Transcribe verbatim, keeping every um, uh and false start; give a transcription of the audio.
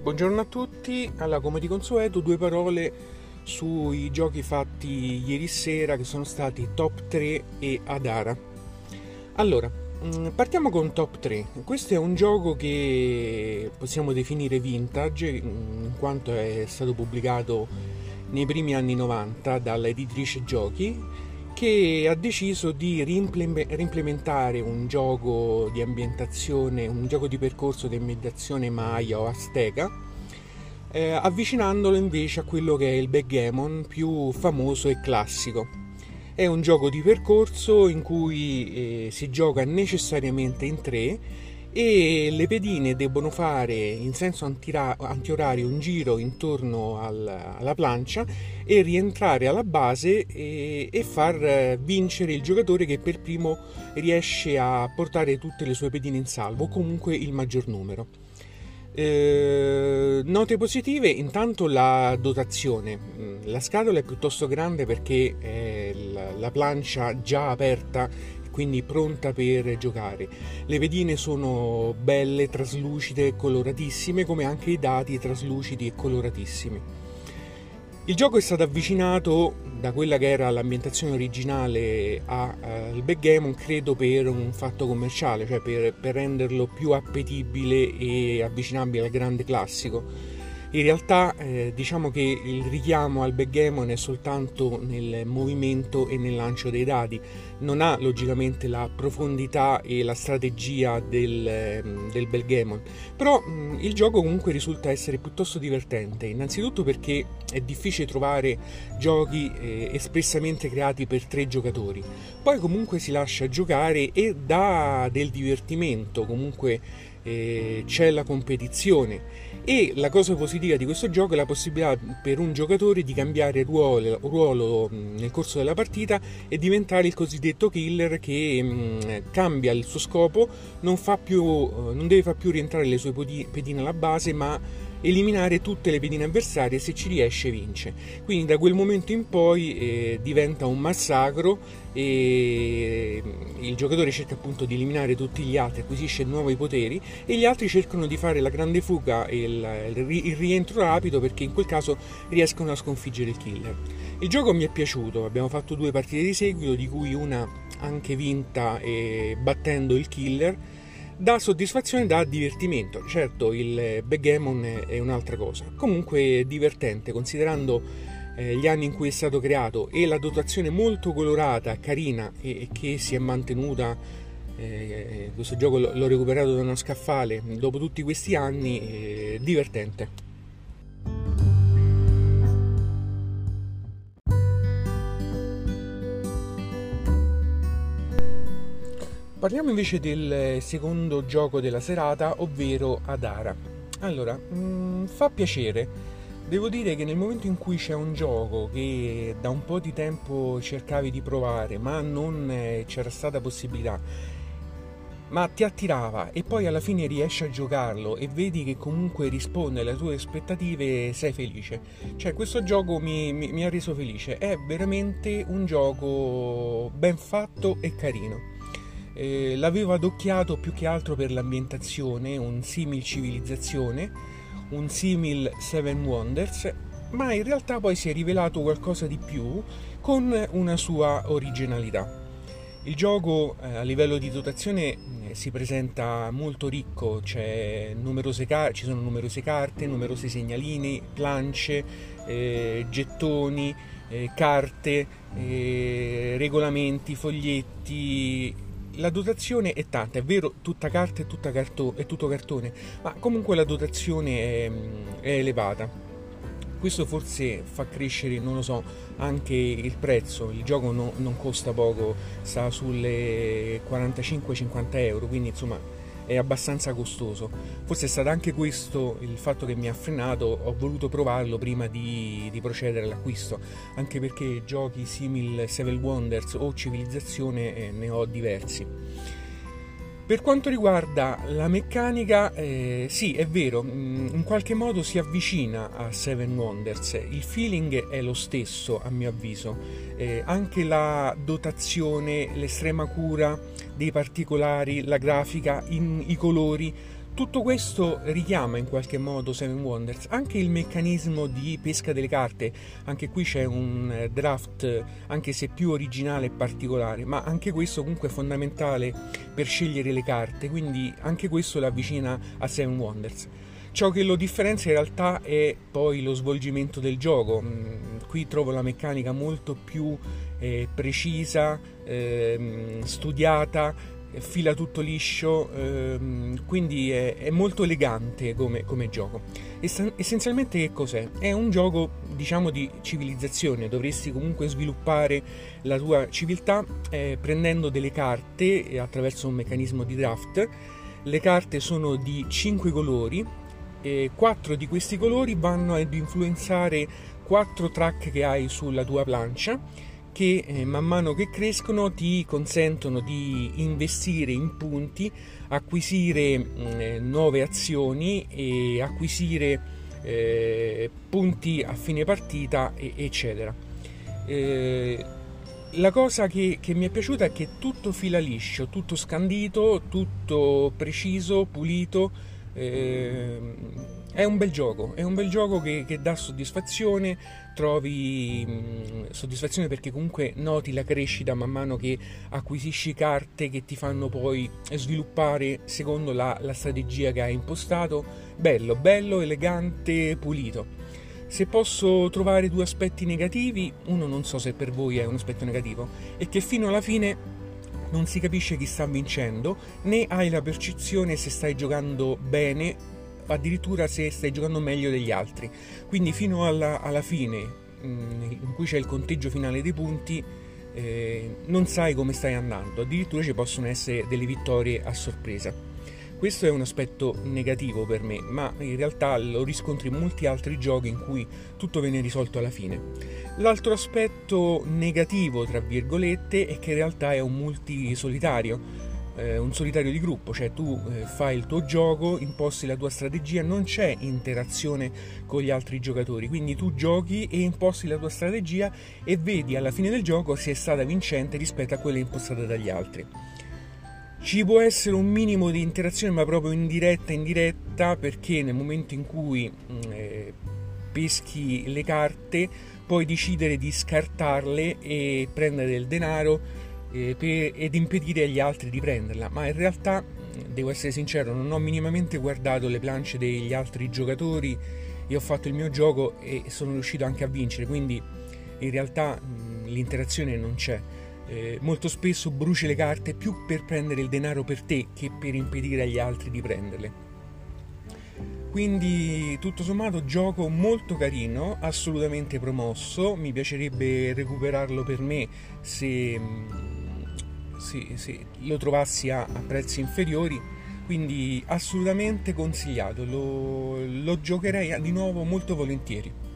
Buongiorno a tutti, allora come di consueto due parole sui giochi fatti ieri sera che sono stati Top tre e Adara. Allora, partiamo con Top tre. Questo è un gioco che possiamo definire vintage in quanto è stato pubblicato nei primi anni novanta dalla editrice Giochi, che ha deciso di reimplementare un gioco di ambientazione, un gioco di percorso di ambientazione Maya o Azteca, eh, avvicinandolo invece a quello che è il backgammon più famoso e classico. È un gioco di percorso in cui eh, si gioca necessariamente in tre e le pedine debbono fare in senso antira- antiorario un giro intorno al, alla plancia e rientrare alla base e, e far vincere il giocatore che per primo riesce a portare tutte le sue pedine in salvo, o comunque il maggior numero. Eh, note positive: intanto la dotazione. La scatola è piuttosto grande perché è la, la plancia già aperta, quindi pronta per giocare. Le pedine sono belle, traslucide e coloratissime, come anche i dadi traslucidi e coloratissimi. Il gioco è stato avvicinato da quella che era l'ambientazione originale al backgammon, credo per un fatto commerciale, cioè per, per renderlo più appetibile e avvicinabile al grande classico. In realtà eh, diciamo che il richiamo al backgammon è soltanto nel movimento e nel lancio dei dadi, non ha logicamente la profondità e la strategia del, del backgammon, però mh, il gioco comunque risulta essere piuttosto divertente, innanzitutto perché è difficile trovare giochi eh, espressamente creati per tre giocatori, poi comunque si lascia giocare e dà del divertimento, comunque eh, c'è la competizione. E la cosa positiva di questo gioco è la possibilità per un giocatore di cambiare ruolo, ruolo nel corso della partita e diventare il cosiddetto killer che mh, cambia il suo scopo, non, fa più, non deve far più rientrare le sue pedine alla base, ma eliminare tutte le pedine avversarie. Se ci riesce vince. Quindi da quel momento in poi eh, diventa un massacro e il giocatore cerca appunto di eliminare tutti gli altri, acquisisce nuovi poteri e gli altri cercano di fare la grande fuga e il, il rientro rapido, perché in quel caso riescono a sconfiggere il killer. Il gioco mi è piaciuto, abbiamo fatto due partite di seguito, di cui una anche vinta eh, battendo il killer. Dà soddisfazione, dà divertimento. Certo, il backgammon è un'altra cosa, comunque è divertente considerando eh, gli anni in cui è stato creato e la dotazione molto colorata, carina e, e che si è mantenuta. Eh, questo gioco l'ho recuperato da uno scaffale dopo tutti questi anni, eh, divertente. Parliamo invece del secondo gioco della serata, ovvero Adara. Allora, mh, fa piacere. Devo dire che nel momento in cui c'è un gioco che da un po' di tempo cercavi di provare, ma non eh, c'era stata possibilità, ma ti attirava e poi alla fine riesci a giocarlo e vedi che comunque risponde alle tue aspettative, sei felice. Cioè, questo gioco mi, mi, mi ha reso felice. È veramente un gioco ben fatto e carino. Eh, l'avevo adocchiato più che altro per l'ambientazione, un simil civilizzazione, un simil Seven Wonders, ma in realtà poi si è rivelato qualcosa di più con una sua originalità. Il gioco eh, a livello di dotazione eh, si presenta molto ricco, c'è numerose car- ci sono numerose carte, numerosi segnalini, plance, eh, gettoni, eh, carte, eh, regolamenti, foglietti. La dotazione è tanta, è vero, tutta carta e, tutta carto- è tutto cartone, ma comunque la dotazione è, è elevata. Questo forse fa crescere, non lo so, anche il prezzo. Il gioco no, non costa poco, sta sulle quarantacinque cinquanta euro, quindi insomma è abbastanza costoso. Forse è stato anche questo il fatto che mi ha frenato, ho voluto provarlo prima di, di procedere all'acquisto, anche perché giochi simil Seven Wonders o Civilizzazione eh, ne ho diversi. Per quanto riguarda la meccanica, eh, sì, è vero, in qualche modo si avvicina a Seven Wonders, il feeling è lo stesso a mio avviso, eh, anche la dotazione, l'estrema cura dei particolari, la grafica, in, i colori, Tutto questo richiama in qualche modo Seven Wonders, anche il meccanismo di pesca delle carte. Anche qui c'è un draft, anche se più originale e particolare, ma anche questo comunque è fondamentale per scegliere le carte, quindi anche questo l'avvicina a Seven Wonders. Ciò che lo differenzia in realtà è poi lo svolgimento del gioco. Qui trovo la meccanica molto più eh, precisa, eh, studiata, fila tutto liscio, ehm, quindi è, è molto elegante come, come gioco. Ess- essenzialmente che cos'è? È un gioco, diciamo, di civilizzazione. Dovresti comunque sviluppare la tua civiltà eh, prendendo delle carte eh, attraverso un meccanismo di draft. Le carte sono di cinque colori e quattro di questi colori vanno ad influenzare quattro track che hai sulla tua plancia, che eh, man mano che crescono ti consentono di investire in punti, acquisire mh, nuove azioni e acquisire eh, punti a fine partita, e, eccetera. Eh, la cosa che, che mi è piaciuta è che tutto fila liscio, tutto scandito, tutto preciso, pulito. Eh, è un bel gioco, è un bel gioco che, che dà soddisfazione, trovi mh, soddisfazione perché comunque noti la crescita man mano che acquisisci carte che ti fanno poi sviluppare secondo la, la strategia che hai impostato. Bello, bello, elegante, pulito. Se posso trovare due aspetti negativi, uno non so se per voi è un aspetto negativo, è che fino alla fine non si capisce chi sta vincendo, né hai la percezione se stai giocando bene, addirittura se stai giocando meglio degli altri. Quindi fino alla, alla fine, in cui c'è il conteggio finale dei punti, eh, non sai come stai andando, addirittura ci possono essere delle vittorie a sorpresa. Questo è un aspetto negativo per me, ma in realtà lo riscontri in molti altri giochi in cui tutto viene risolto alla fine. L'altro aspetto negativo, tra virgolette, è che in realtà è un multisolitario, eh, un solitario di gruppo, cioè tu eh, fai il tuo gioco, imposti la tua strategia, non c'è interazione con gli altri giocatori, quindi tu giochi e imposti la tua strategia e vedi alla fine del gioco se è stata vincente rispetto a quella impostata dagli altri. Ci può essere un minimo di interazione, ma proprio indiretta indiretta, perché nel momento in cui eh, peschi le carte puoi decidere di scartarle e prendere del denaro eh, per, ed impedire agli altri di prenderla, ma in realtà, devo essere sincero, non ho minimamente guardato le planche degli altri giocatori e ho fatto il mio gioco e sono riuscito anche a vincere, quindi in realtà mh, l'interazione non c'è. Eh, molto spesso bruci le carte più per prendere il denaro per te che per impedire agli altri di prenderle. Quindi tutto sommato gioco molto carino, assolutamente promosso, mi piacerebbe recuperarlo per me se, se, se lo trovassi a, a prezzi inferiori, quindi assolutamente consigliato, lo, lo giocherei di nuovo molto volentieri.